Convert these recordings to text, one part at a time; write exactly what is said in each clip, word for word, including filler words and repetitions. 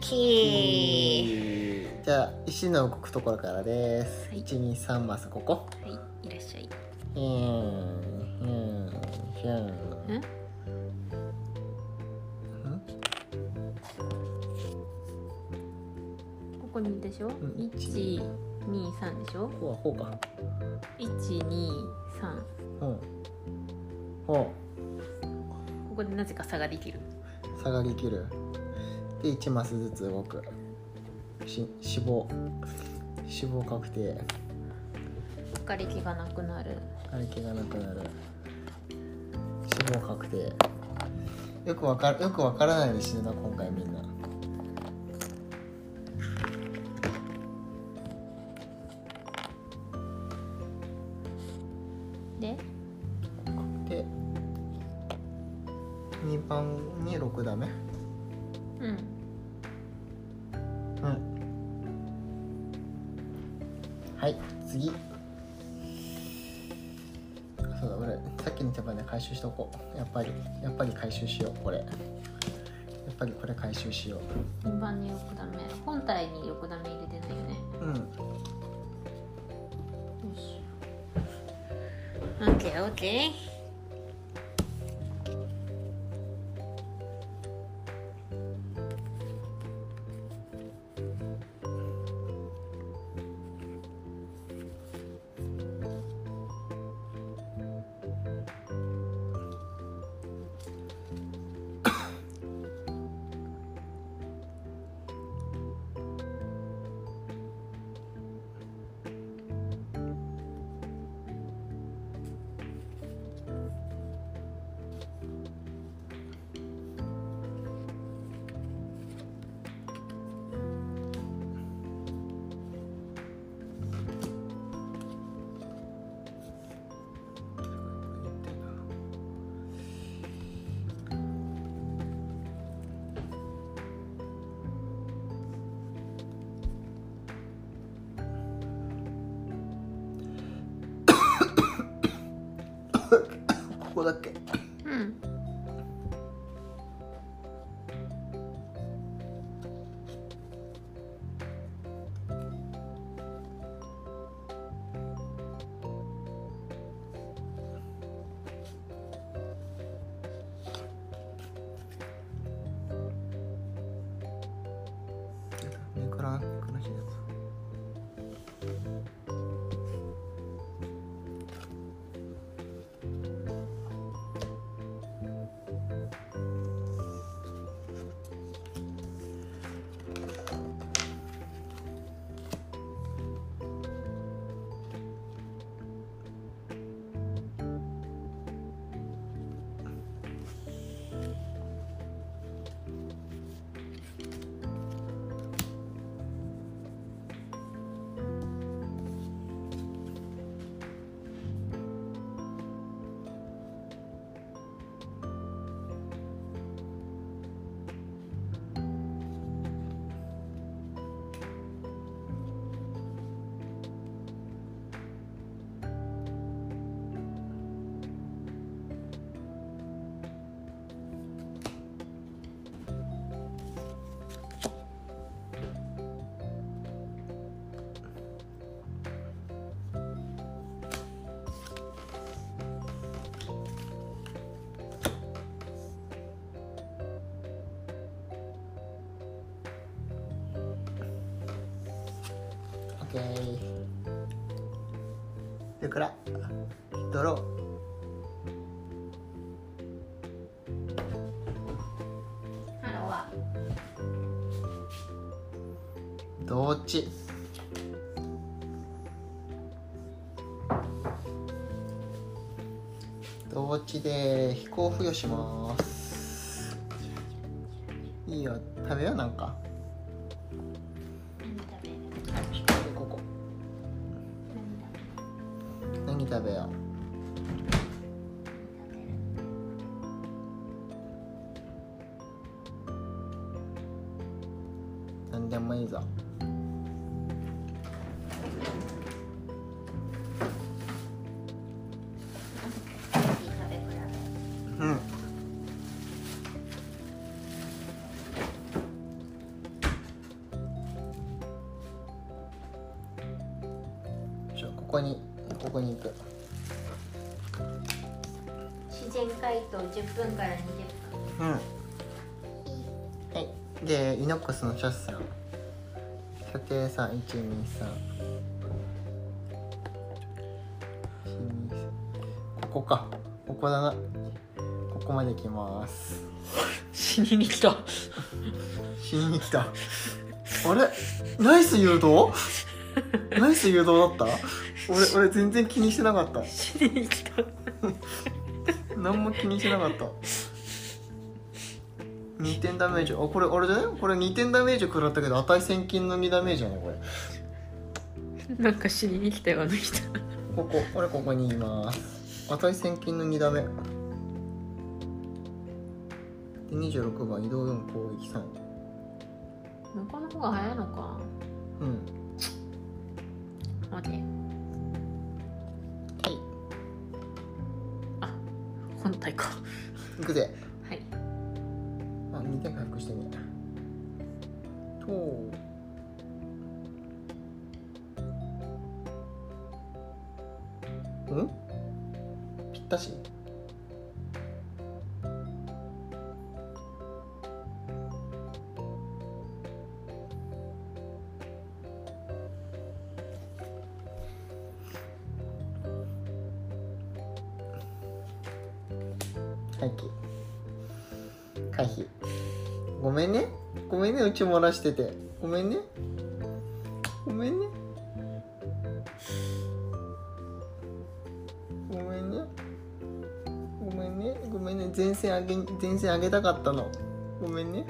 ケー。じゃあ石の動くところからです、はい、いちにさんマスここ、 はい、いらっしゃい。 ひゅんひゅんひゅんんここにでしょ、うん、いちにさんでしょ。 こうはこうか。 いちにさん、 うん、ほうここでなぜか下がりきる下がりきるでいちマスずつ動く。し死亡死亡確定。 瓦礫がなくなる。 瓦礫がなくなる。死亡確定。よくわかるよくわからないで死ぬな今回みんな。 ででにばんにろくダメ。 うんうん。はい次。そうだ俺さっきの手番で回収しとこう。やっぱりやっぱり回収しようこれ。やっぱりこれ回収しよう。にばんにろくダメ。本体にろくダメ入れてないよね。 うん。よし。 オッケーオッケー。ここだっけ。 うん。 ネクラネクラしいやつ。オッケー。ネクラドロー。 ハローはどっち。どっちで飛行付与します。いいよ食べよう。なんかここ何食べよう。何でもいいぞ。うん。 こにここに行く。 自然解凍じゅっぷんからにじゅっぷん。 うん。はい。でイノックスのシャスさん、射程さんいちにさん、ここか、ここだな、ここまで来ます。 死にに来た死にに来た。あれナイス誘導ナイス誘導だった。俺俺全然気にしてなかった。 死にに来た何も気にしてなかった。にてんダメージ、あこれあれじゃない、これにてんダメージ食らったけど値千金のにダメージじゃないこれ。 なんか死にに来たよあの人。 ここ俺ここにいます。値千金のにダメでにじゅうろくばん移動よん攻撃さん。 向こうの方が早いのか。 うん。 待て。 はい。 あ、本体か。 いくぜ。 はい。 あ、にてん回復してみ。とうんぴったし。回帰回避。ごめんねごめんね、うち漏らしててごめんねごめんねごめんねごめんねごめんね、前線上げ前線上げたかったの、ごめんね。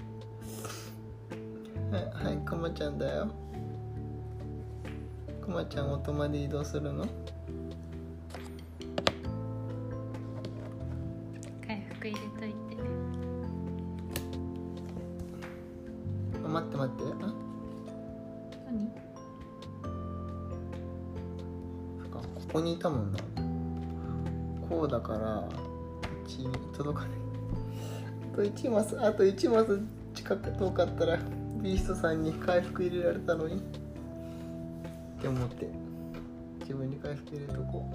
はいはい、くまちゃんだよ。くまちゃん音まで移動するの。 回復入れといて。 あ、待って待って、あ何？ そっか、ここにいたもんな。こうだからいち届かない。あといちマス、あといちマス近く遠かったらビーストさんに回復入れられたのにって思って自分に回復入れとこ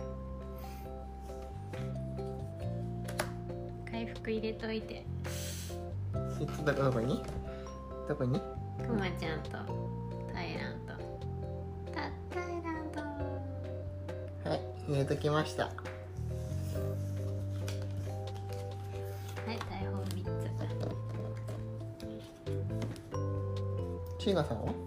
回回復入れといて。 いつだかどこにどこにくまちゃんとタイランとタタイランと。 はい、入れときました。 はい、大砲みっつ。シーガさんは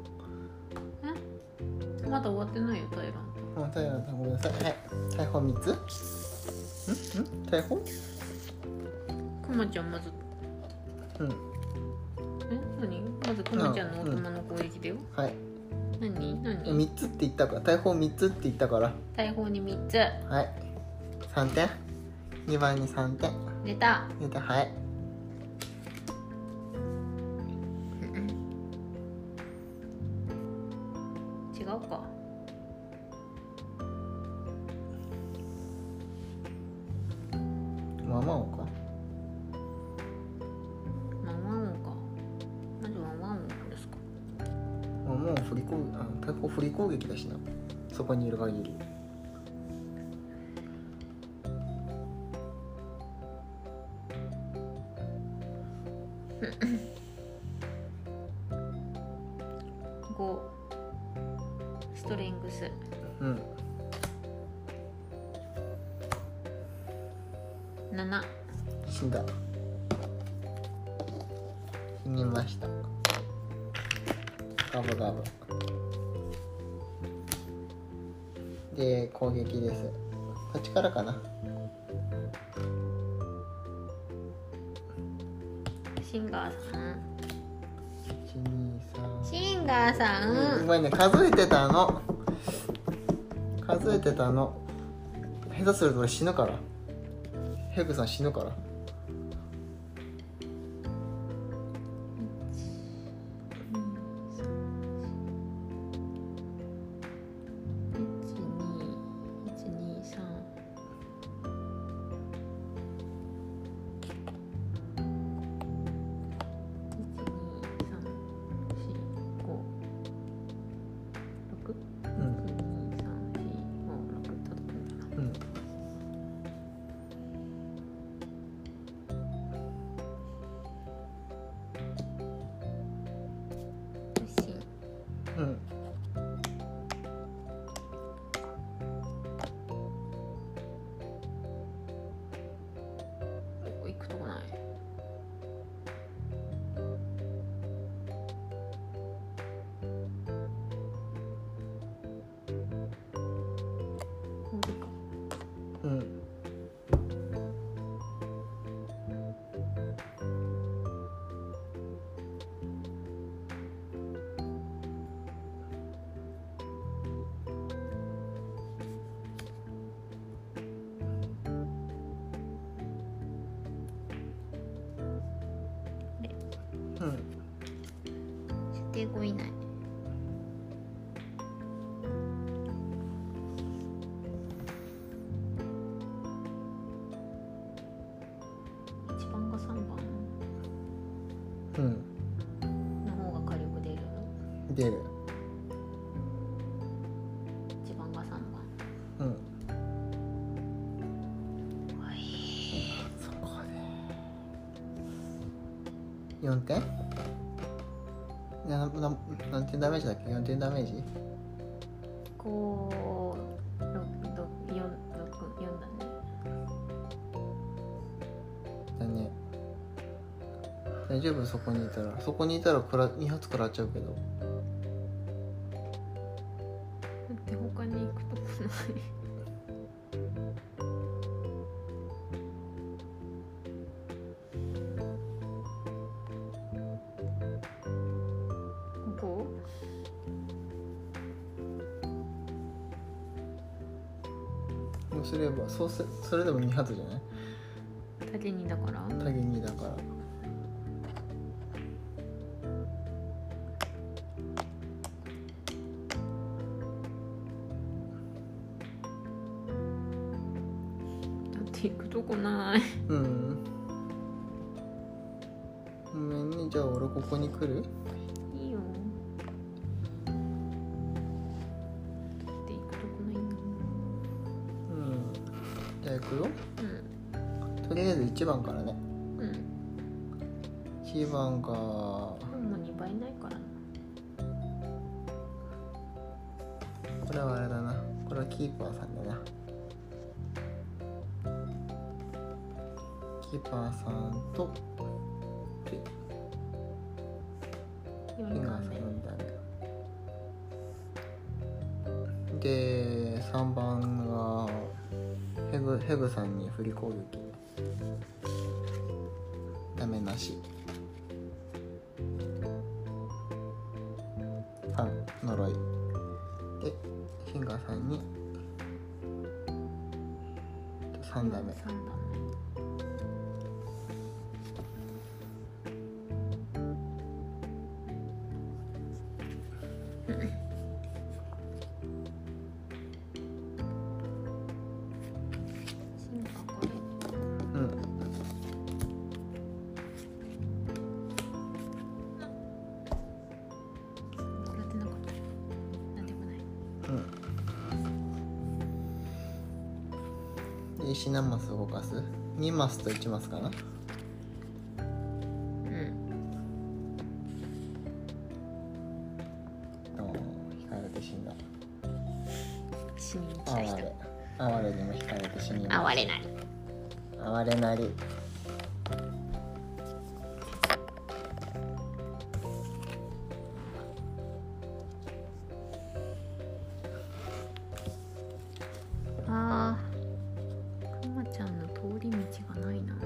えまだ終わってないよ、タイランと。 あ、タイランさんごめんなさい。はい、大砲みっつ。んん大砲くまちゃんまずうん。 え何まずくまちゃんのオートマの攻撃だよ、 うん、はい。 何何みっつって言ったから、大砲みっつって言ったから大砲にみっつはいさんてん、にばんにさんてん出た。 出た。はい違うか。 ママオかママオか。まずママオですか。 ママオ振り攻撃、あ、大砲振り攻撃だしな、そこにいる限り。 ごストレングス。 うんなな。 死んだ。死にました。ガブガブで攻撃です。こっちからかな。 シンガーさん。 いちにさん。 シンガーさん、 ごめんね、数えてたの数えてたの下手すると俺死ぬから、ヘグさん死ぬから。うんうん射程後以内。いちばんかさんばんうんの方が火力出る。 出る。 いちばんかさんばん。 うんはい。 そこでよんてんなな何点ダメージだっけ。よんてんダメージ。 ご、ろく、よん、ろく、よんだね。 だね。大丈夫。そこにいたらそこにいたらくらに発食らっちゃうけど。 だって他に行くとこない。ご？ そうすればそうすそれでもに発じゃない。 縦にだから影にだから。 だって行くとこない。 うんごめんね。じゃあ俺ここに来る。 いいよ。だって行くとこないんだもん。 うんじゃあ行くよ。 うんとりあえずいちばんからね。 うん。 いちばんがもうにばいないからな。 これはあれだな。これはキーパーさんだな。キーパーさんとでよフィンガーさんんばんめ。 よんだね。でさんばんがヘグヘグさんに振り攻撃。ダメなし。ファン呪いでフィンガーさんにさんダメ。 さんだね。進化これ。 うんやってなかった。なんでもない。 うんで石何マス動かす。にマスといちマスかな。 うん。 おー引かれて死んだ。 死にに期待した。 哀れ哀れにも引かれて死にます。 哀れなり。 哀れなり。 あー、くまちゃんの通り道がないな。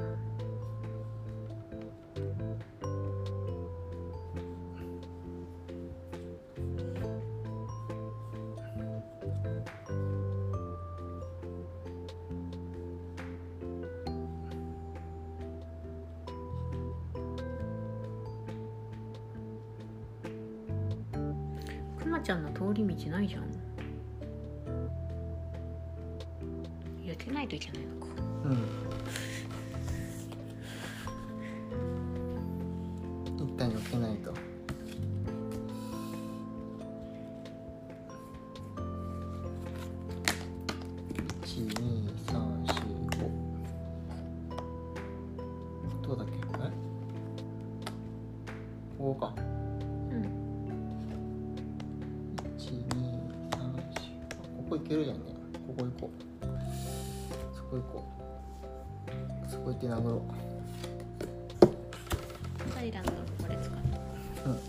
くまちゃんの通り道ないじゃん。入れてないといけないのか。 うん一旦避けないと。いちにさんしごどうだっけ。えここか。 うん。 いちにさんしここ行けるじゃんね。ここ行こう。そこ行こう。そこ行って殴ろう。 サイランドのこれ使った。 うん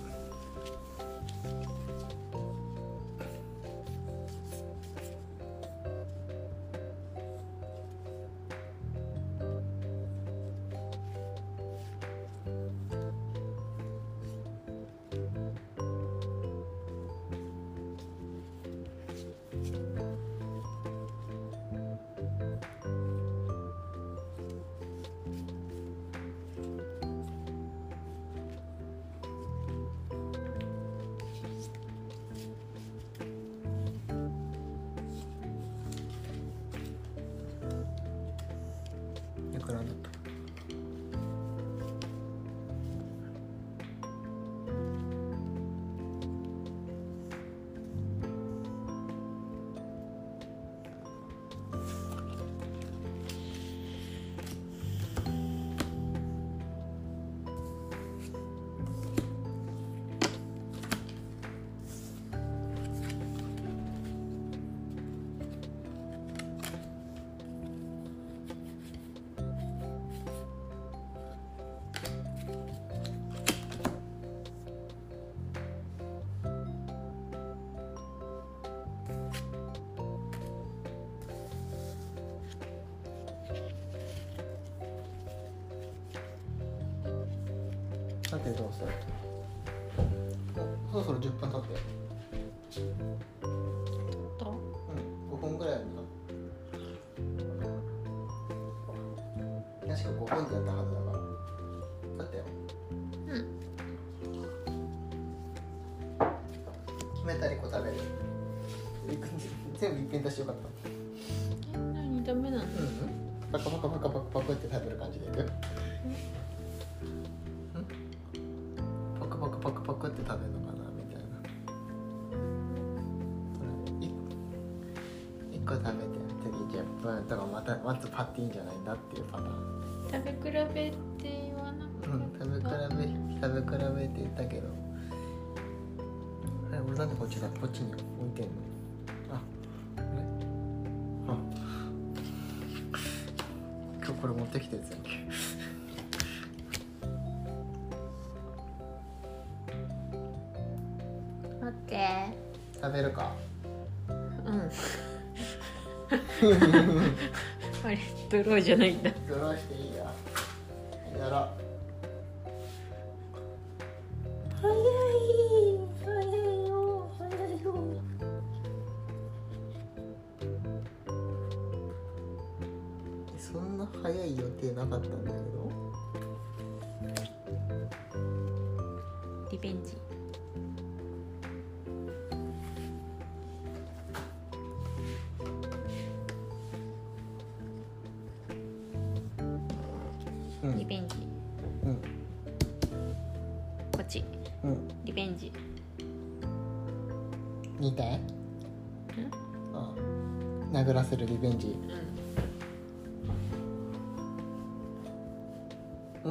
さてどうする？おそろそろじゅっぷん経ってよ。 とうん、ごふんぐらいやるな。確かごふんってやったはずだから。だったよ。 うん。 決めたりこ食べる。全部一品出してよかった。 え、何ダメなの？ うん、パクパクパクパクパクって食べる感じでいく。パクパクパクパクって食べるのかなみたいな。いっこ食べて次じゅっぷんとかまた待つパっていいんじゃないんだっていうパターン。 食べ比べって言わなくて、 うん、食べ比べ食べ比べって言ったけど、あれ俺なんでこっちだこっちに置いてんの？あ、あ、今日これ持ってきてるやつやんけ。 オッケー。 食べるか？ うん。あれドローじゃないんだ。 ドローしていいや。やろう。 早い早いよ早いよ。 そんな早い予定なかったんだけど。 リベンジ。 うん、 リベンジ。 うん、 こっち。 うん、 リベンジ。 にたい？ ん？ ああ、殴らせるリベンジ。 うん。 うん。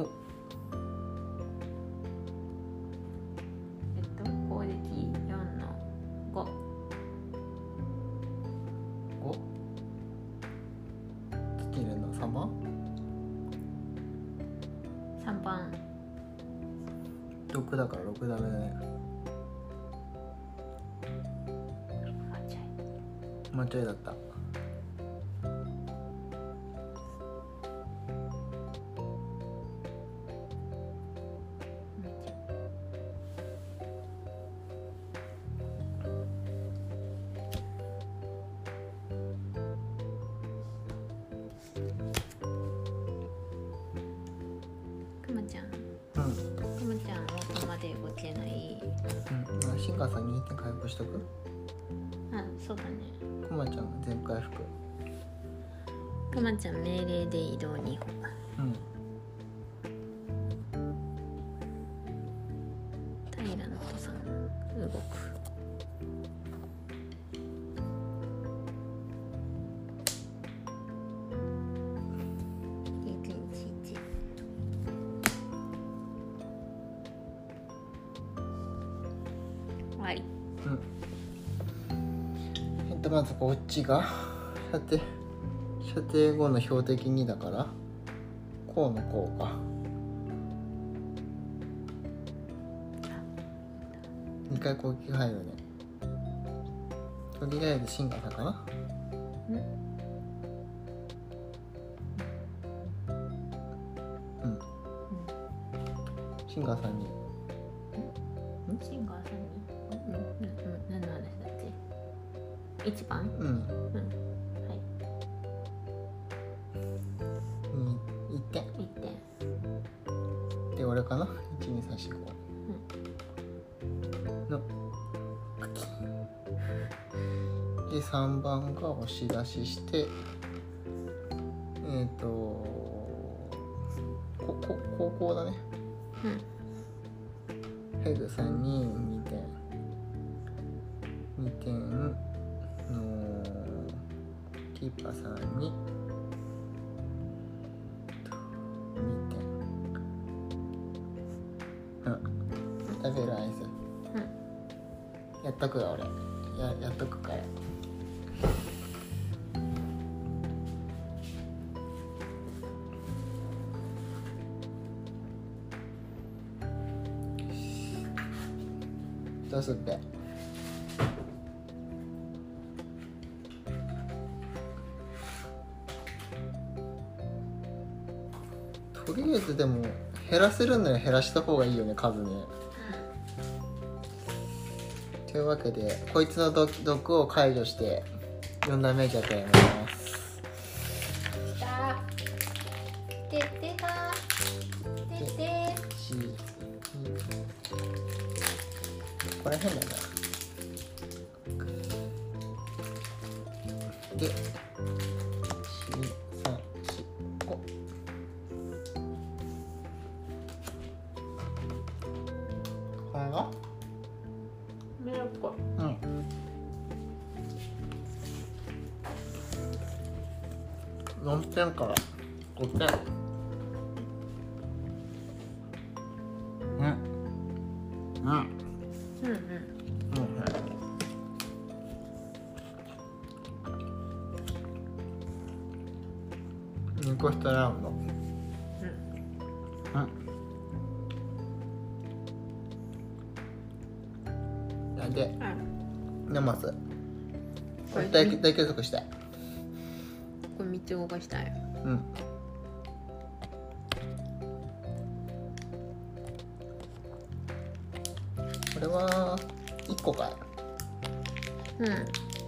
えっと攻撃よんのご。 ご？スキルのさんばん？ さんばん。 ろくだからろくダメだね。 あちゃい。 間違いだった。 くまちゃん。 うん。 くまちゃん奥まで動けない。 うん。シンガーさんにいってん回復しとく？ あ、そうだね。 くまちゃん全回復。 くまちゃん命令で移動にほ。 うん。 平野とさん動く。終わり。 うん。えっとまずこっちが射程射程後の標的にだからこうのこうか。にかい攻撃が入るね。とりあえずシンガーさんかな。うん。シンガーさんに。 シンガーさんに。うんうんうん。何の話だっけ？一番？ うん。 うん。はい。 にいってん。 一点。 で俺かな。いちにさんしご。のでさんばんが押し出ししてえっ、ー、とここ高校だね。 うんヘグさんににてんにてんのキーパーさんににてんうん食べるアイス、 うん、 やっとくよ俺ややっとくからどうすっぺとりあえずでも減らせるなら減らした方がいいよね、数ね。というわけでこいつの毒毒を解除してよんダメージ与えます。 きたててたててしこれ変だな。でしさんしごこれがメロコうんよんてんからごてん。うんうんうんうんうんニコストラウンド。うんなんでうんナマスこれ大大継続したい。 これみっつ動かしたい。 うんこれはいっこかい。 うん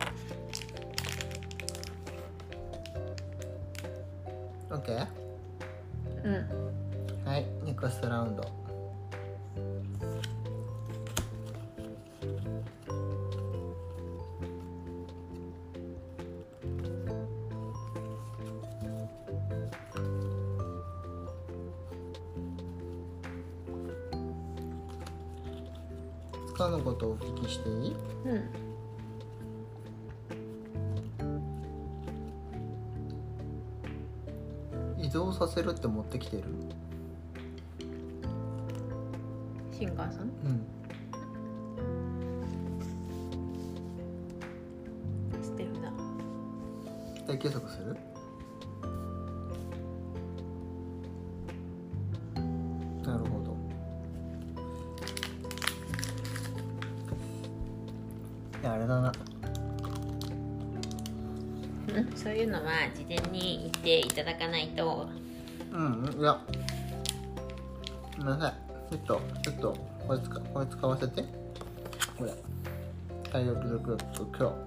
オッケー。 うんはいネクストラウンド。使うのことをお聞きしていい？ うん移動させるって持ってきてる？ シンガーさんうん捨てるな。 大継続する？なるほど。いやあれだな。 うんそういうのは事前に言っていただかないと。 うんいやごめんなさい。ちょっとちょっとこれ使これ使わせて。これ体力力と今日。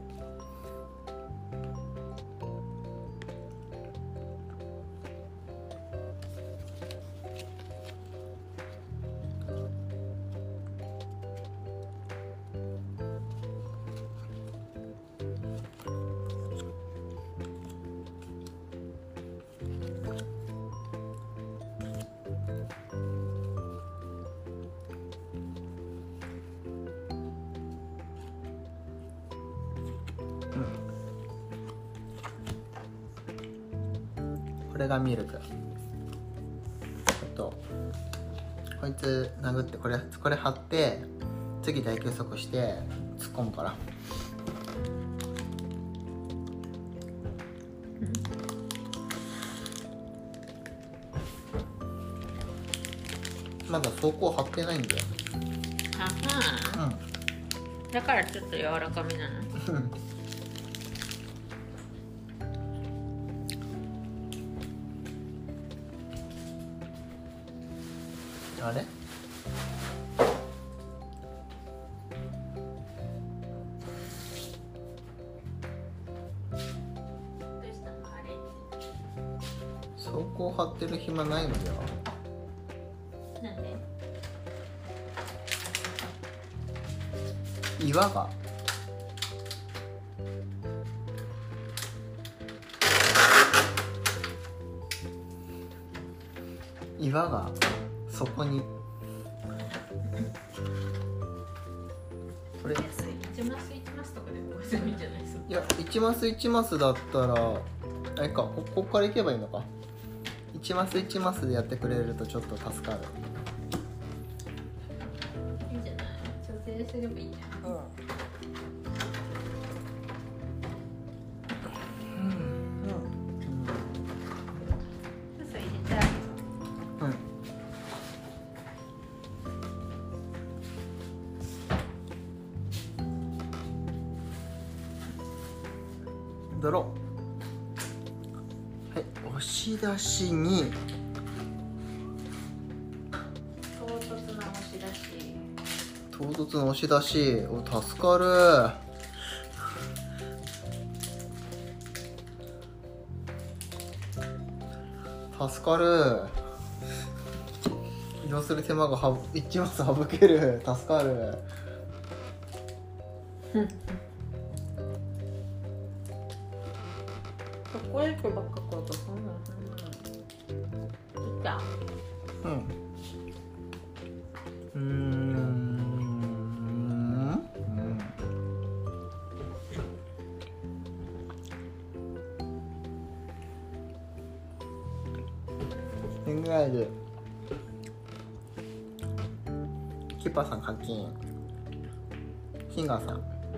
これがミルク。あとこいつ殴ってこれこれ貼って次大休息して突っ込むから。まだ走行貼ってないんだよ。 あはうんだからちょっと柔らかめなの。 あれ走行貼ってる暇ないのでは。 なんで？ 岩が岩がそこにこれいちマスいちマスとかで動かせばいいんじゃないですか。 いやいちマスいちマスだったらあれか こ, ここから行けばいいのか。いちマスいちマスでやってくれるとちょっと助かる。 いいんじゃない？調整すればいいじゃん。 うんそう入れたら。 うんドロー。はい押し出しに唐突の押し出し。お、助かる。助かる。移動する手間がはいちマス省ける。助かる。 チョコレートばっか買うとそんなそんなのいったうんうーんうんぐらいでキッパーさん課金、シンガーさん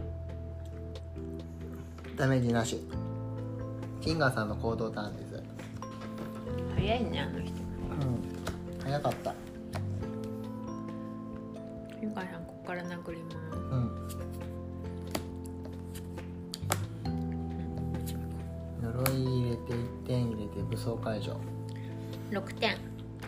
ダメージなし。シンガーさんの行動ターンです。 早いねあの人。 うん早かった。 ゆかさんここから殴ります。 うん呪い入れていってん入れて武装解除。 ろくてん。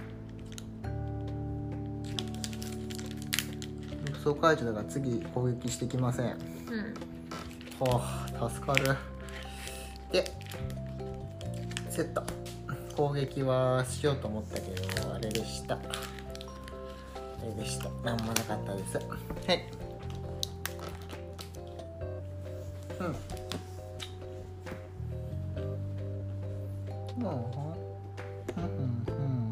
武装解除だから次攻撃してきません。 うん。 ほう助かる。でセット。攻撃はしようと思ったけどあれでした。あれでした。なんもなかったです。はい。うんうんうんうんうん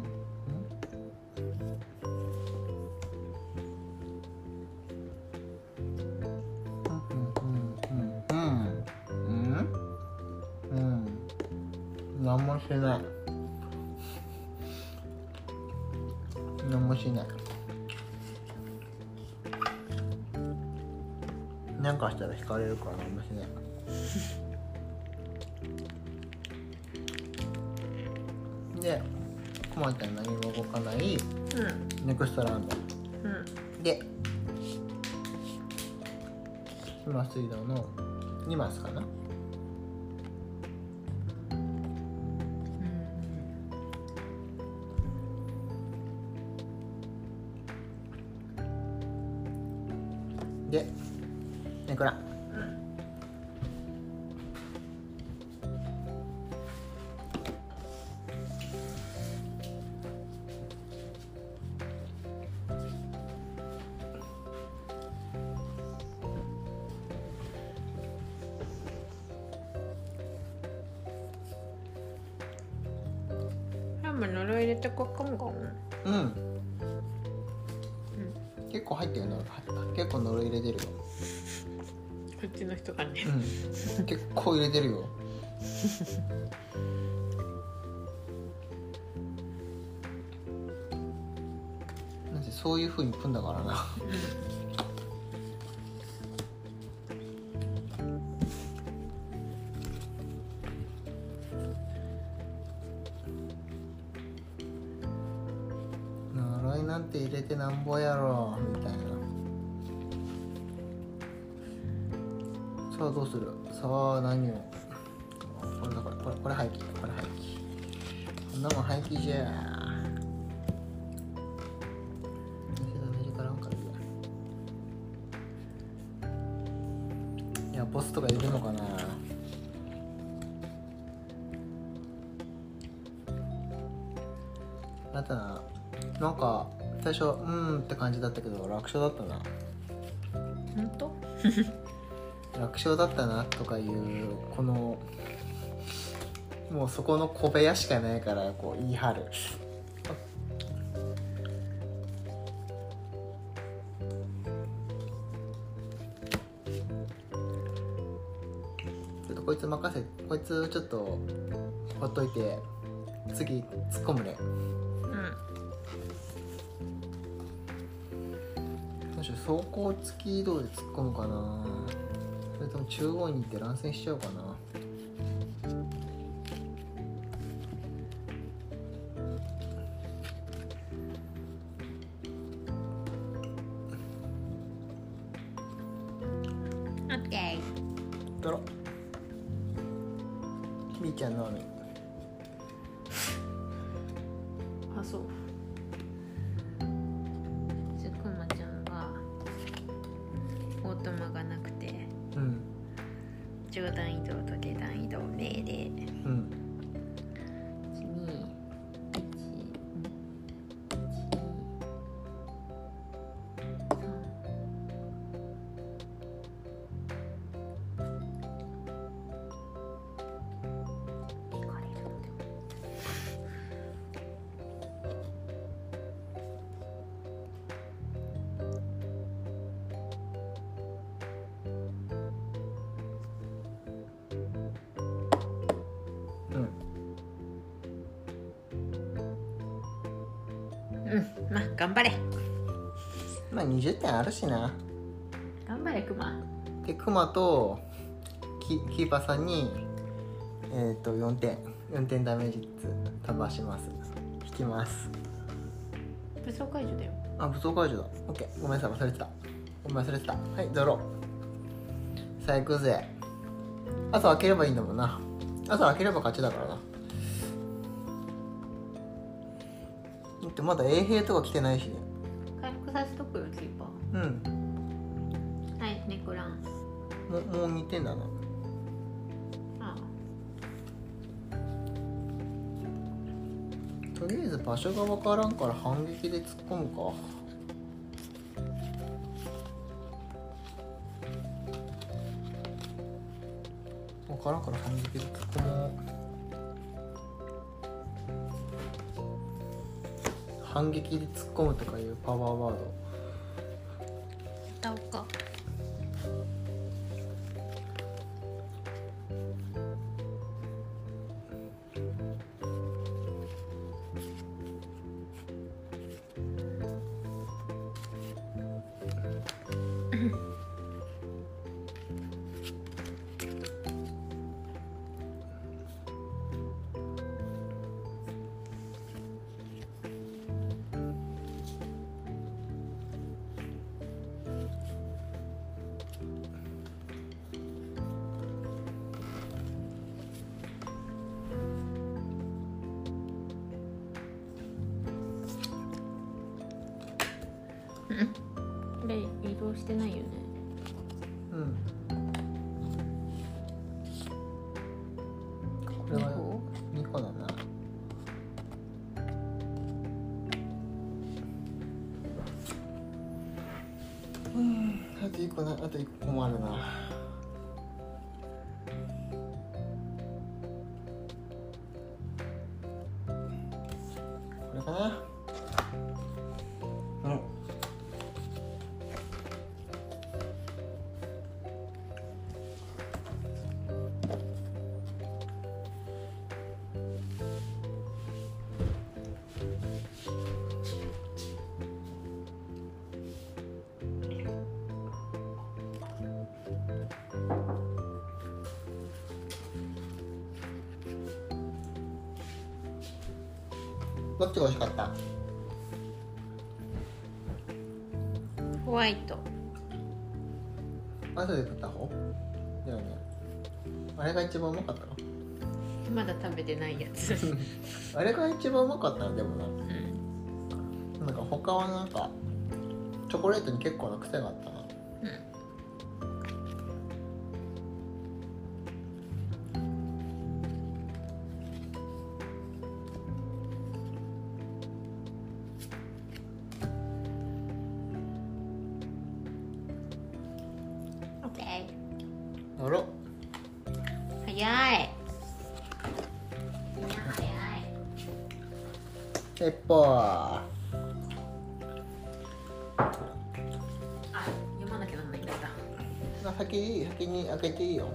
何もしない。何もしない。なんかしたら引かれるから何もしない。で、コマちゃん何も動かない、 うん、 ネクストラウンド、 うん、 で今水道のにマスかな。でネクラ、 うん、呪い入れてこっかもかも。 うん、うん、結構入ってるの。結構呪い入れてるよ。 こっちの人がね、 うん、結構入れてるよ。なんせそういう風に組んだからな。呪いなんて入れてなんぼやろみたいな。さあどうする。さあ何を。これだからこれこれ廃棄これ廃棄。こんなもん廃棄じゃ。ダメージからんからいや。いやボスとかいるのかな。だったな。なんか最初うーんって感じだったけど楽勝だったな。 本当？ 楽勝だったなとかいうこのもうそこの小部屋しかないからこう言い張る。ちょっとこいつ任せこいつちょっとほっといて次突っ込むね。どうしよう走行付き移動で突っ込むかな。それとも中央に行って乱戦しちゃおうかな。 オッケー。 ドロみーちゃんのみ。 あ、そう。じゃあくまちゃんが段移動と下段移動零で、 うん、 いちにうん、まあ頑張れ。 まあにじゅってんあるしな。 頑張れクマ。 でクマと キ, キーパーさんにえっ、ー、とよんてんよんてんダメージずつ飛ばします。引きます。 武装解除だよ。 あ、武装解除だ。オッケー、ごめんなさい、忘れてた。ごめん忘れてた。はい、ドロー。さあ行くぜ。朝開ければいいんだもんな。朝開ければ勝ちだからな。だってまだ衛兵とか来てないしね。 回復させとくよキーパー。 うん。 はいネクラン。 ももうにてんだな。 ああ。 とりあえず場所が分からんから反撃で突っ込むか。分からんから反撃で突っ込もう。反撃で突っ込むとかいうパワーワード歌おうか。これ移動してないよね。 うん。これはにこだな。うん、あといっこな、あといっこもあるな。これかな。うん。どっちが欲しかった？ ホワイト。 後で食った方だよね。あれが一番うまかったの？ まだ食べてないやつ。 あれが一番うまかったのでもな。 うん。 なんか他はなんかチョコレートに結構な癖があったな。 うん。 乗ろう。 早い。早い。 鉄砲。あ、 読まなきゃなんないんだった。 先先に開けていいよ。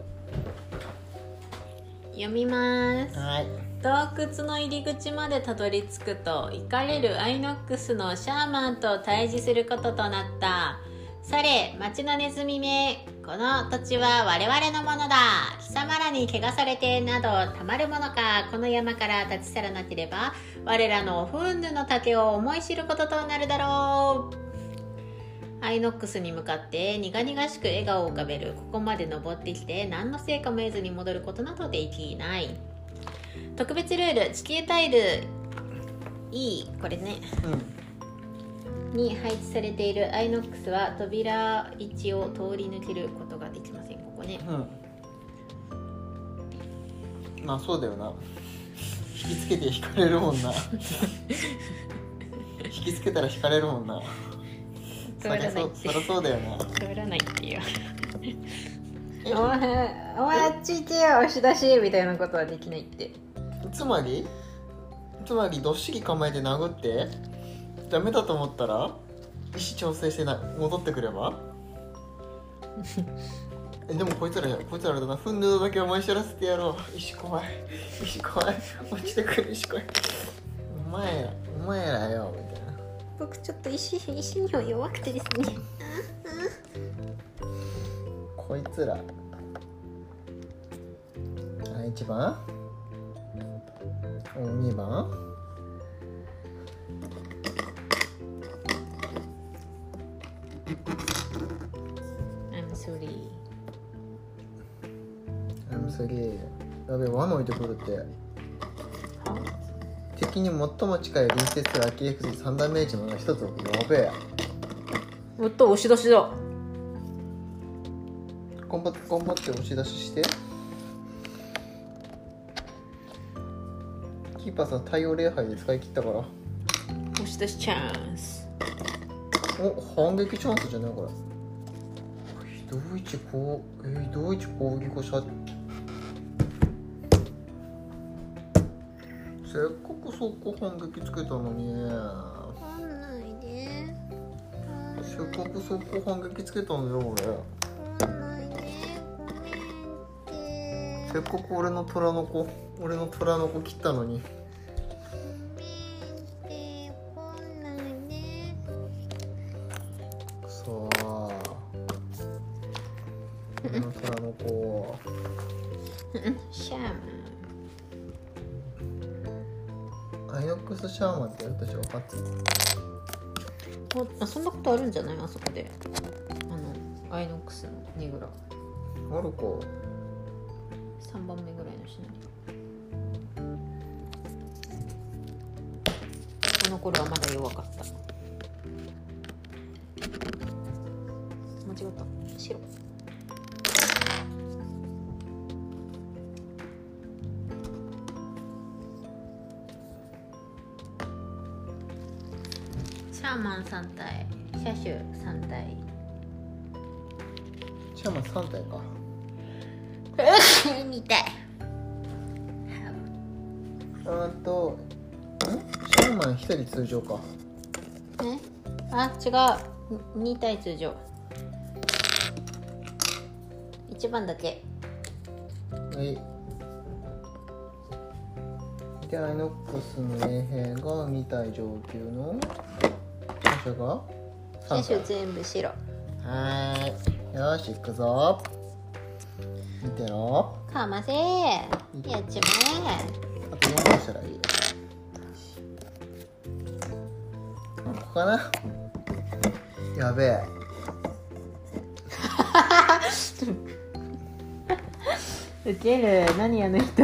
読みます。 はい。 洞窟の入り口までたどり着くと、イカれるアイノックスのシャーマンと対峙することとなった。され、町のネズミめ、この土地は我々のものだ。貴様らに怪我されてなどたまるものか。この山から立ち去らなければ、我らの不運の盾を思い知ることとなるだろう。アイノックスに向かって苦々しく笑顔を浮かべる。ここまで登ってきて何の成果も得ずに戻ることなどできない。特別ルール、地球タイル E、これね、うん、に配置されているアイノックスは扉いちを通り抜けることができません。ここね、 まあそうだよな。引きつけて引かれるもんな。引きつけたら引かれるもんな。 通らないってそりゃそうだよな。 通らないってよ。お前お前あっち行けよ押し出しみたいなことはできないって。 つまりつまりどっしり構えて殴ってダメだと思ったら意思調整してな戻ってくればえでもこいつらこいつらだな、踏んでるだけ思い知らせてやろう。石怖い石怖い落ちてくる石怖い。お前らお前らよみたいな。 僕ちょっと石石には弱くてですね。 こいつらあいちばんおにばん I'm sorry I'm sorry。 やべえ罠置いてくるって。敵に最も近い隣接するアキエクスさんダメージの一つ。やべえ。 おっと押し出しだ。 頑張って頑張って押し出しして。キーパーさん太陽礼拝で使い切ったから押し出しチャンス。 お反撃チャンスじゃないこれ。移動位置こう、えー、移動位置攻撃をしゃせっかくそこ反撃つけたのに。 来ないで。 せっかくそこ反撃つけたのよ俺。 来ないで。ごめんって。 せっかく俺の虎の子俺の虎の子切ったのに。 ごめんって。来ないで。 くそー。俺の虎の子シャーマン。 アイノックスシャーマンって私分かってる。 あ、そんなことあるんじゃないあそこで。あのアイノックスのネグラあるか。 さんばんめぐらいのシナリオ。あの頃はまだ弱かった。間違った白。シャーマンさん体、車種さん体。 シャーマンさん体か。 みたい。 あとシャーマンひとり通常か。 えあ、違う。に体通常。いちばんだけ。 はいでアイノックスの衛兵がに体上級の車種がさん体。 車種全部白。 はーいよし行くぞ。見てろ。 かませーやっちまあとよんこしたらいい。ここかな。やべええ。ウケる。何あの人。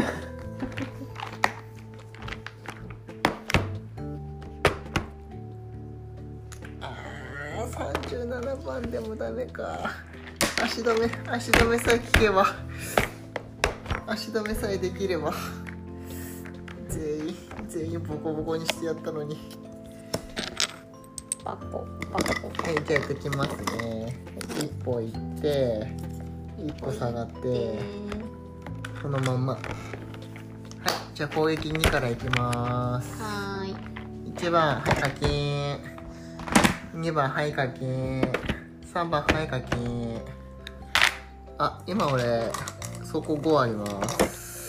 あーさんじゅうななばんでもダメか。足止め足止めさえ聞けば足止めさえできれば全員全員ボコボコにしてやったのに。 パコパコ。 はいじゃあやってきますね。一歩行って一歩下がってそのまんま。はいじゃあ攻撃にからいきます。 はーい。 いちばんはい課金、にばんはい課金、さんばんはい課金。あ今俺そこごあります。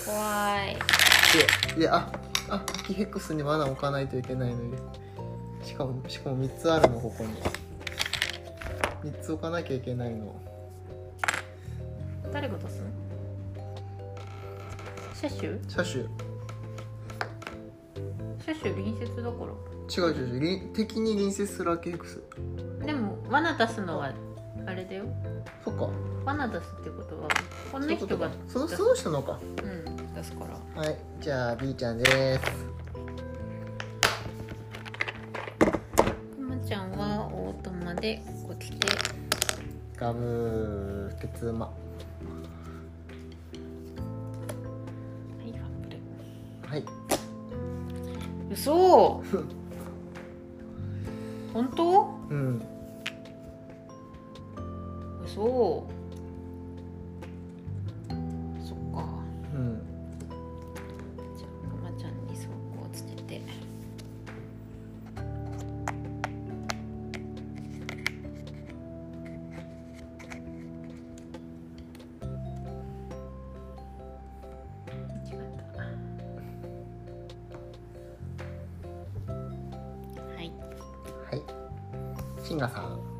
怖い。 ででああアキヘクスに罠置かないといけないのに、しかもしかもみっつあるの。ここにみっつ置かなきゃいけないの。 誰が出すの？車種？ 車種車種隣接だから。 違う違う違う、敵に隣接するアキヘクス。 でも罠出すのはあれだよ。 そっか罠出すってことはこの人がそのその人のか。 うん出すから。 はいじゃあ B ちゃんです。 くまちゃんはオートマでここ来てガブー鉄馬。 はいフはい。 嘘本当？ うん。 嘘。そっか。 うん。 じゃあくまちゃんにそこをつけて。 シンガさん。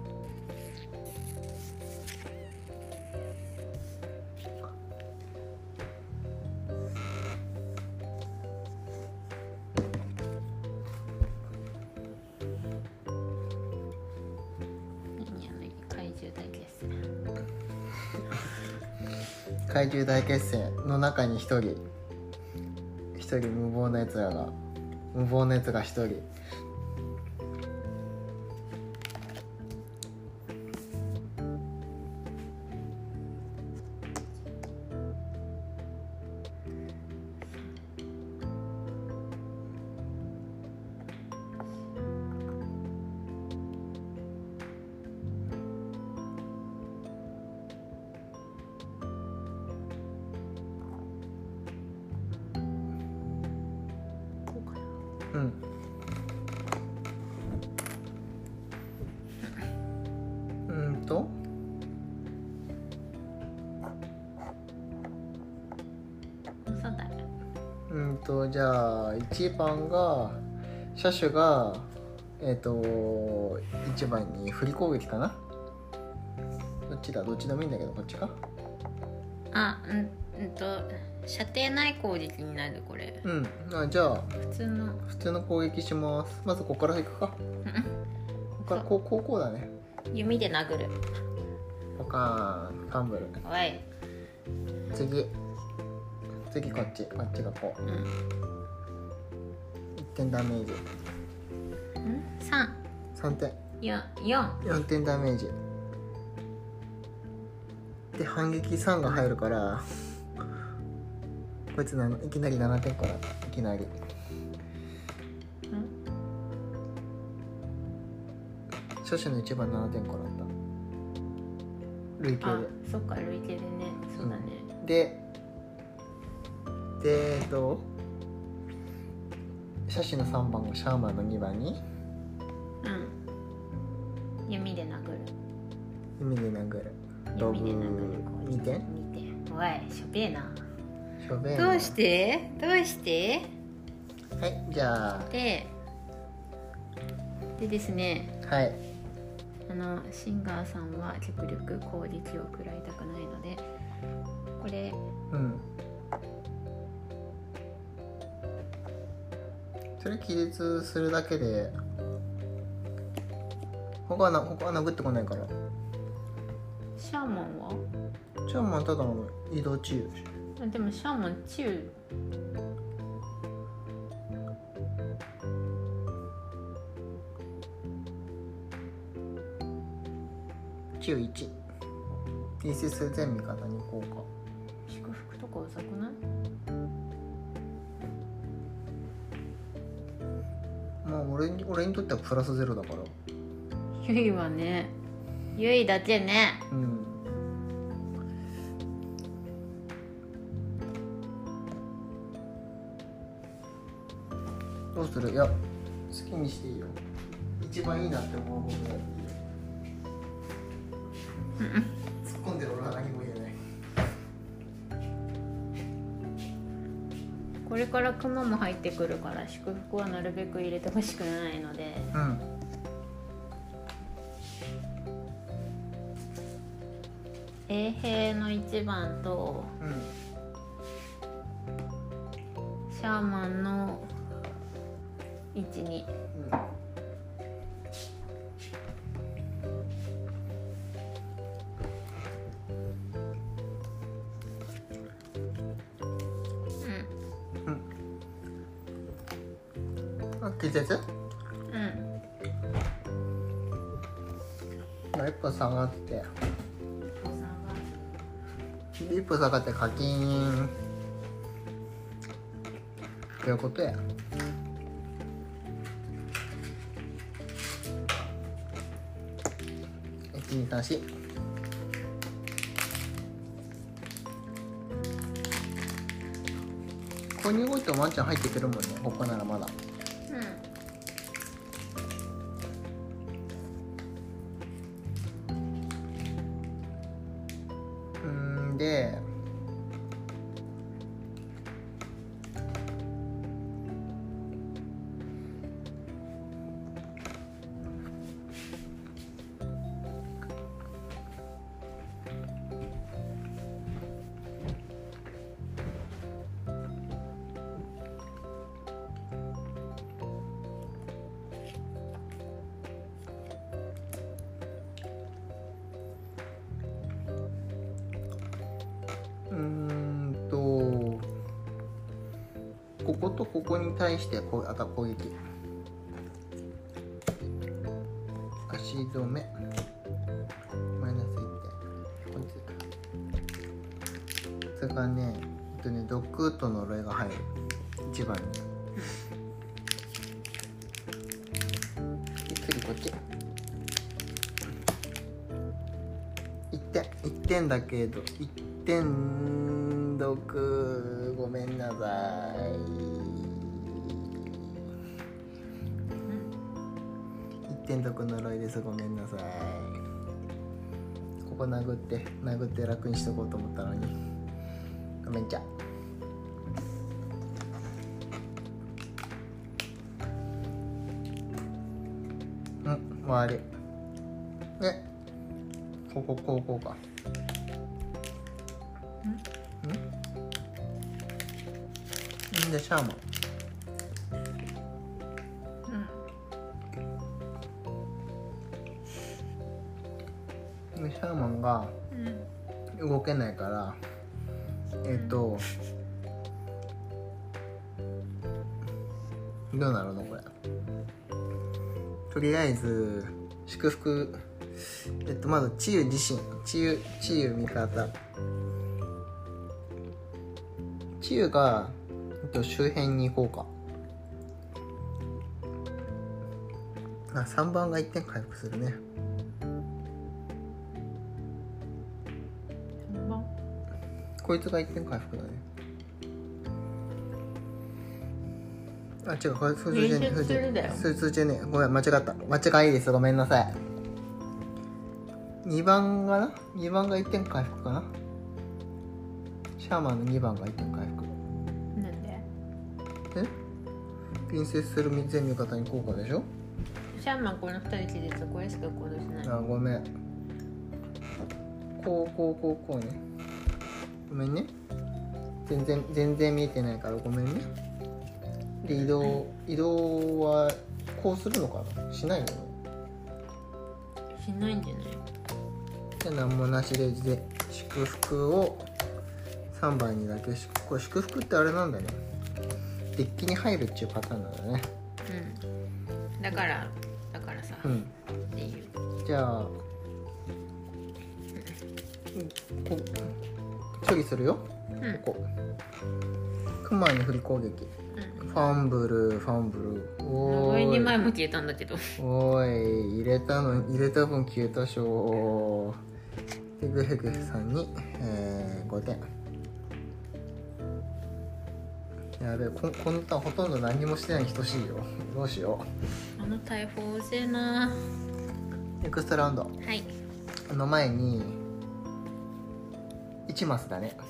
怪獣大決戦。 怪獣大決戦の中に一人一人無謀なやつらが無謀なやつが一人。うん。うんと。 そうだよ。 うんとじゃあ一番が車種がえっ、ー、と一番に振り攻撃かな。どっちだどっちでもいいんだけどこっちか。 あ、うんうんと射程内攻撃になるこれ。 うん。あじゃあ普通の普通の攻撃します。まずここから行くか。ここからこうこうこうだね。 弓で殴る。 ポカーンファンブル。 おい。 次次こっちこっちがこう、うん、いってんダメージ。 んさんさんてんよん よんよんてんダメージで反撃さんが入るからこいつないきなりななてんからいきなり初手の一番ななてんからだった累計で。 あそっか累計でね。そうだね、 うん、ででどう車種のさんばんがシャーマンのにばんにうん弓で殴る。 弓で殴る。 弓で殴る。 にてんにてん。おいしょべえな。 しょべえな。 どうしてどうしてはいじゃあででですねはいあのシンガーさんは極力攻撃を食らいたくないのでこれうんそれ気絶するだけで他はな他は殴ってこないから。 シャーマンはシャーマンただの移動治癒。 でもシャーマン治癒治癒いち ティーシー ス全味方に効果。 祝福とかうざくない？ まあ俺に俺にとってはプラスゼロだから。 ゆいはねゆいだけね。 うんどうする？いや好きにしていいよ。一番いいなって思うことがいいよ。突っ込んでる俺は何も言えない。 これからクマも入ってくるから祝福はなるべく入れてほしくないので、 うん、 衛兵のいちばんと、 うん、 シャーマンのいちに、うん気絶？ うんまあ、一歩下がって一歩下がって課金ういうことや。いちにさんしここに動いてもワンちゃん入ってくるもんね。ここならまだ。うんでうーんとこことここに対してこうあとは攻撃足止めマイナスいってんこいつそれからねえっとね毒と呪いが入る一番に次こっちいってんいってんだけどいってん毒ごめんなさいいってん毒呪いですごめんなさいここ殴って殴って楽にしとこうと思ったのにごめんちゃうん終わりねこここうこうかんんでシャーマンでシャーマンが動けないから、えっとどうなるのこれとりあえず祝福えっとまず治癒自身治癒治癒味方治癒が、えっと、周辺に行こうかあさんばんがいってん回復するねこいつがいってん回復だねあ違うこれ数字じゃねえ数字じゃねえごめん間違った間違いですごめんなさいにばんがなにばんがいってん回復かなシャーマンのにばんがいってん回復なんでえ隣接する全味方に効果でしょシャーマンこのふたりきり実はこれしか行動しないあごめんこうこうこうこうねごめんね全然全然見えてないからごめんねで移動移動はこうするのかなしないよねしないんじゃないじゃあ何もなしでで祝福をさんばんにだけこれ祝福ってあれなんだねデッキに入るっていうパターンなんだねうんだからだからさ、 うんっていうじゃあこ処理するよ、 うんここクマに振り攻撃、うん、ファンブルファンブルおーいにまいも消えたんだけどおーい入れたの入れた分消えたしょでグヘグヘさんに、えー、ごてんやべえここのターンほとんど何もしてないに等しいよどうしようあの大砲うぜえなネクストラウンドはいあの前にいちマスだね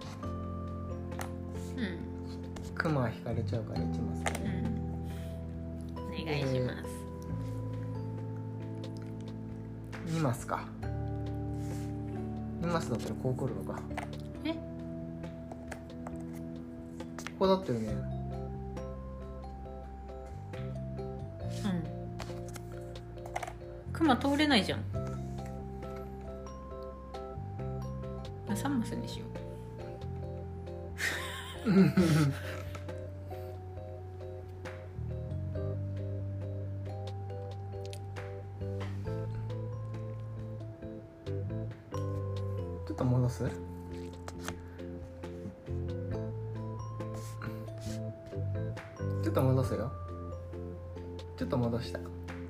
うんクマは引かれちゃうからいちマスだね、 うん、お願いします、 えー、にマスかにマスだったらこう来るのかえここだったよねうんクマ通れないじゃんあさんマスにしようちょっと戻すちょっと戻すよ。ちょっと戻した。ちょ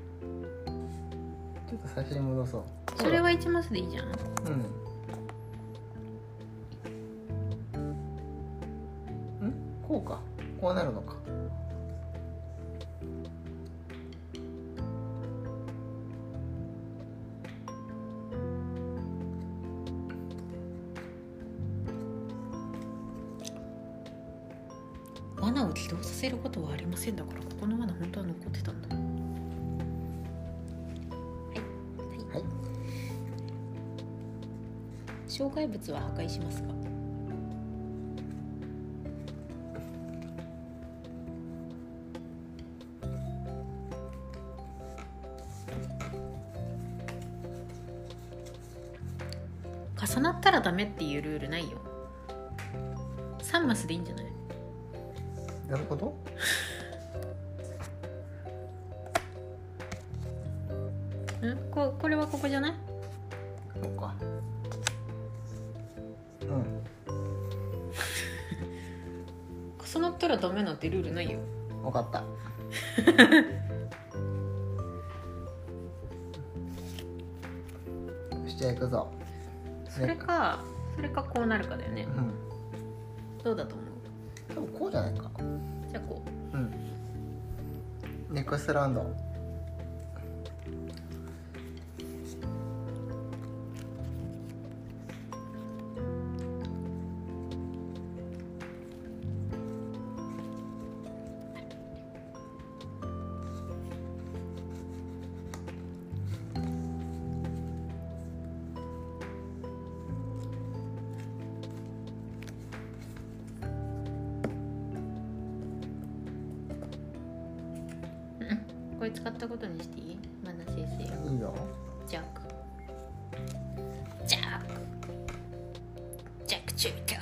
っと最初に戻そう。 それはいちマスでいいじゃん。 うん。んこうか。こうなるのか。 罠を起動させることはありません。だからここの罠本当は残ってたんだ。はい、はい、障害物は破壊しますか？重なったらダメっていうルールないよ。さんマスでいいんじゃない？ なるほど。 んここれはここじゃない？ そうか。うん。 重なったらダメなんてルールないよ。 分かった。よしじゃあ行くぞ。 それかそれかこうなるかだよね。 うん。 どうだと思う？ 多分こうじゃないか。 じゃあこう。うん。ネクストラウンド。 これ使ったことにしていい？マナ先生。 いいよ。 ジャック。ジャック。ジャック中京。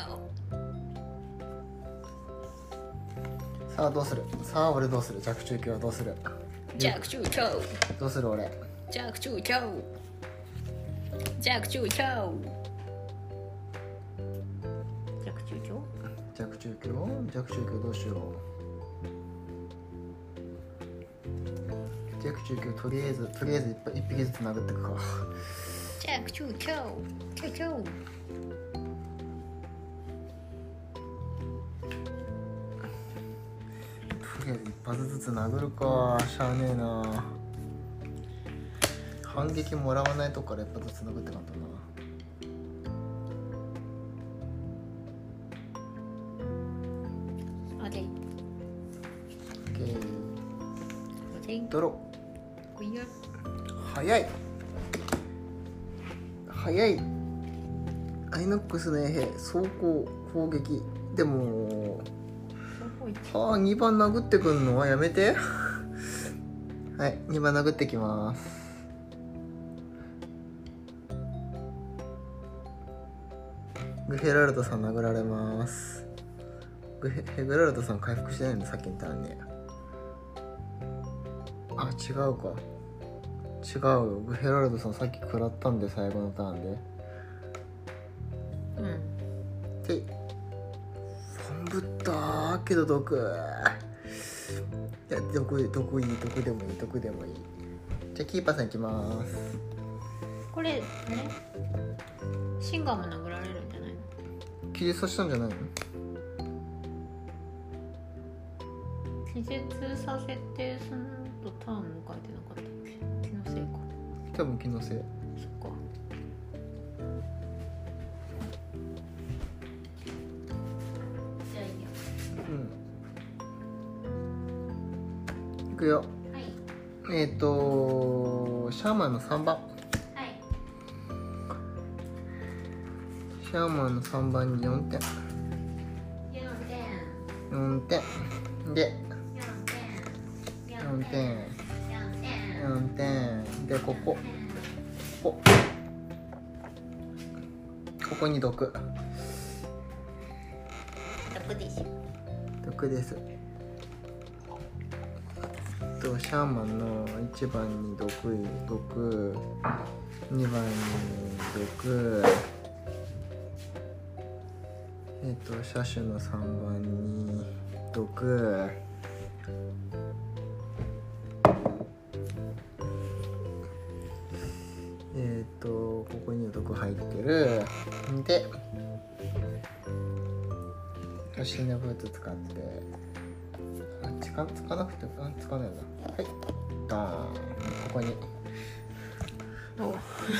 さあどうする？さあ俺どうする？弱中強どうする？ ジャック中京。 どうする俺？ ジャック中京。ジャック中京。ジャック中京？ 弱中強？弱中強どうしよう。弱中強とりあえずとりあえず一匹ずつ殴ってくか。 ジャック中京。京京。 とりあえず一発ずつ殴るか。しゃあねえな。反撃もらわないとこから一発ずつ殴ってかんとな。 オッケー。 オッケー。 オッケー。 ドロこいよ。 早い早い。アイノックスの衛兵走行攻撃でもああにばん殴ってくんのはやめて。はいにばん殴ってきます。グヘラルドさん殴られます。グヘヘグラルドさん回復してないんださっきのターンね。あ違うか違うよ。グヘラルドさんさっき食らったんで最後のターンで。 うんでファンブったーけど毒。いや毒毒いい毒でもいい毒でもいい。じゃあキーパーさんいきます。 これあれシンガーも殴られるんじゃないの？ 気絶させたんじゃないの？ 気絶させてその後ターンも書いてなかったっけ？気のせいか。 多分気のせい。 そっか。じゃあいいよ。 うんいくよ。 はいえっ、ー、とシャーマンのさんばん。 はい。 シャーマンのさんばんによんてん。 よんてん。 よんてんでよんてん。 よんてんよんてんでここここここに毒。 毒でしょ。 毒です。とシャーマンのいちばんに毒い毒にばんに毒えっ、ー、と車種のさんばんに毒えっ、ー、とここに毒入ってるでシナブーツ使ってあつかつかなくてあつかないなはいドーンここにお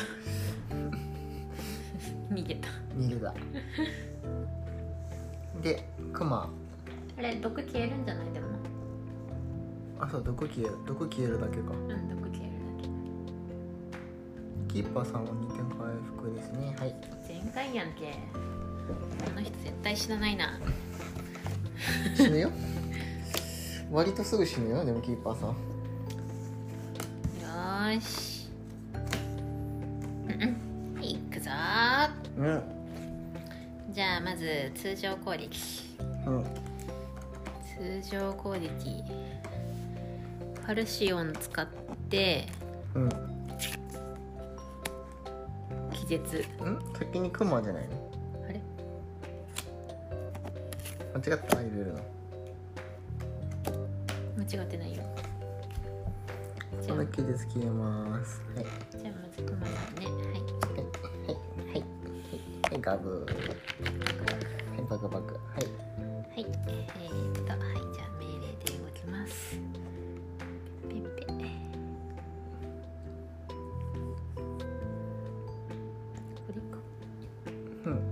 逃げた逃げたでクマあれ毒消えるんじゃないでもあそう毒消える毒消えるだけかうん毒消えるだけキーパーさんはにてん回復ですねはいけ全開やんけこの人絶対死なないな死ぬよ割とすぐ死ぬよでもキーパーさんよーしうんうんいくぞーうんじゃあまず通常攻撃うん通常攻撃パルシオン使ってうん気絶ん先にクマじゃないのあれ間違った入れるの間違ってないよじゃあこの気絶消えますはいじゃあまずクマさんねはいはいはいはいはいガブーはいバクバクはいはい、えー、っと、はい、じゃあ命令で動きます。ペッペ。これか。 うんうんうん。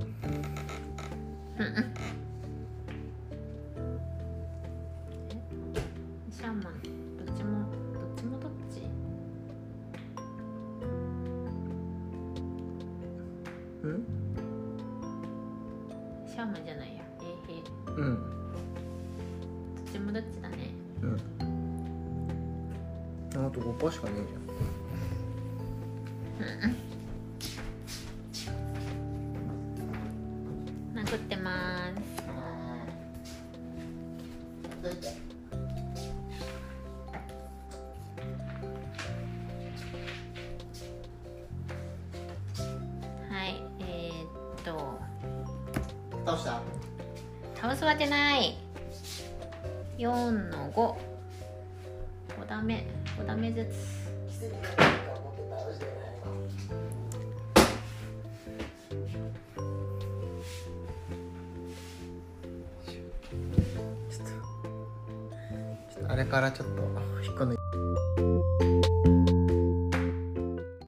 え、シャーマン、どっちも、どっちもどっち？ うんシャーマンじゃないや。衛兵。 うんどっちもどっちだね。 うんあと ごパーセント しかねえじゃん殴ってます。はい、えー、っと倒した倒すわけない。よんのご。ごダメ、ごダメずつ。 あれからちょっと引っこ抜いて